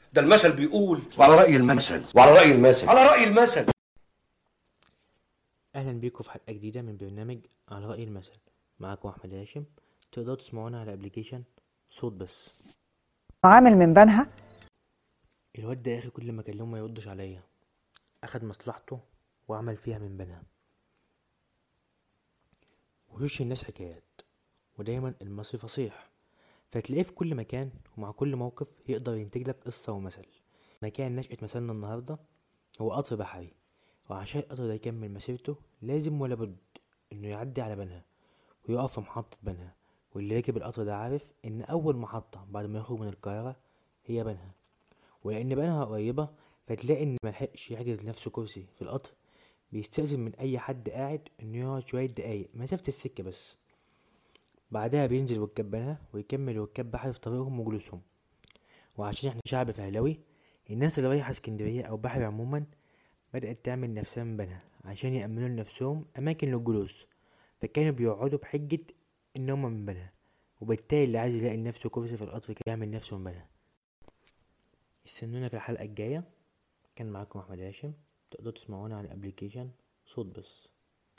ده المثل بيقول وعلى رأي المثل وعلى رأي المثل على رأي المثل. اهلا بيكم في حلقه جديده من برنامج على راي المثل. معاكم احمد هاشم. تقدروا تسمعونا على ابلكيشن صوت بس. عامل من بنها. الواد ده يا اخي كل ما اكلمه ما يردش عليا، اخد مصلحته وعمل فيها من بنها. وشوش الناس حكايات، ودايما المصري فصيح، فتلاقيه في كل مكان ومع كل موقف يقدر ينتج لك قصه ومثل. مكان نشأة مثلنا النهارده هو قطر بحري، وعشان القطر ده يكمل مسيرته لازم ولا بد انه يعدي على بنها ويقف في محطة بنها. واللي راكب القطر ده عارف ان اول محطة بعد ما يخرج من القاهرة هي بنها، ولان بنها قريبة فتلاقي ان ملحقش يحجز لنفسه كرسي في القطر، بيستأذن من اي حد قاعد انه يقعد شوية دقايق مسافة السكة بس. بعدها بينزل وركاب بنها ويكمل وركاب بحري في طريقهم وجلوسهم. وعشان احنا شعب فهلوي، الناس اللي رايحة اسكندرية او بحري عموما بدأت تعمل نفسها من بنها عشان يأمنوا لنفسهم أماكن للجلوس، فكانوا بيقعدوا بحجة إن هما من بنها، وبالتالي اللي عايز يلاقي لنفسه كرسي في القطر كان يعمل نفسه من بنها. استنونا في الحلقة الجاية. كان معاكم أحمد هاشم. تقدروا تسمعونا على الابليكيشن صوت بس.